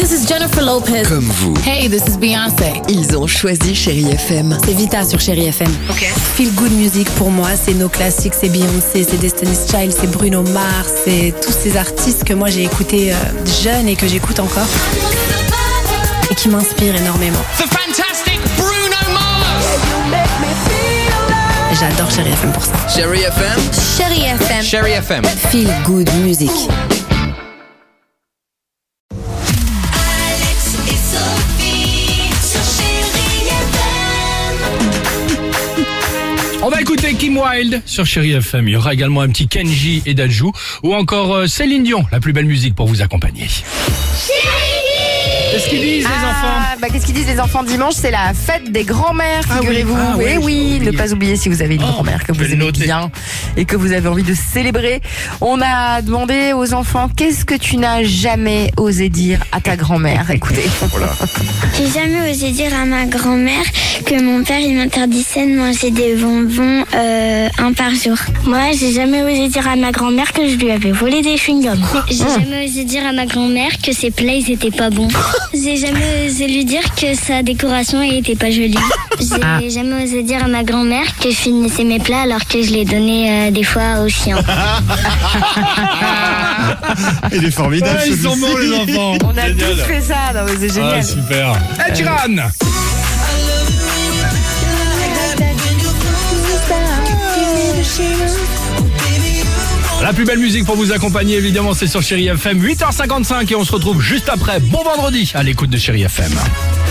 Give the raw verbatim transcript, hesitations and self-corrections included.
this is Jennifer Lopez. Comme vous. Hey, this is Beyoncé. Ils ont choisi Chérie F M. C'est Vita sur Chérie F M. Ok. Feel good music pour moi, c'est nos classiques, c'est Beyoncé, c'est Destiny's Child, c'est Bruno Mars, c'est tous ces artistes que moi j'ai écoutés euh, jeune et que j'écoute encore et qui m'inspirent énormément. The fantastic Bruno Mars. J'adore Chérie F M pour ça. Chérie F M. Chérie F M. Chérie F M. Feel good music. Alex et Sophie sur Chérie F M. On va écouter Kim Wilde sur Chérie F M. Il y aura également un petit Kenji et Dadju ou encore euh, Céline Dion, la plus belle musique pour vous accompagner. Qu'est-ce qu'ils disent les enfants? Ah, bah, qu'est-ce qu'ils disent les enfants dimanche? C'est la fête des grands-mères, Ah oui, figurez-vous. ah oui, Eh j'ai oui, oublié. ne pas oublier si vous avez une Oh, grand-mère que je vous vais le aimez noter. bien et que vous avez envie de célébrer. On a demandé aux enfants, qu'est-ce que tu n'as jamais osé dire à ta grand-mère? Écoutez. J'ai jamais osé dire à ma grand-mère que mon père il m'interdisait de manger des bonbons euh, un par jour. Moi, j'ai jamais osé dire à ma grand-mère que je lui avais volé des chewing-gums. J'ai jamais osé dire à ma grand-mère que ses plats ils étaient pas bons. J'ai jamais osé lui dire que sa décoration elle était pas jolie. J'ai jamais osé dire à ma grand-mère que je finissais mes plats alors que je les donnais euh, des fois aux chiens. Il est formidable. Ouais, ils sont celui-ci. bons les enfants. On a Génial. tous fait ça, non mais c'est génial. Ah, super. Ed Sheeran. La plus belle musique pour vous accompagner, évidemment, c'est sur Chérie F M. huit heures cinquante-cinq et on se retrouve juste après. Bon vendredi à l'écoute de Chérie F M.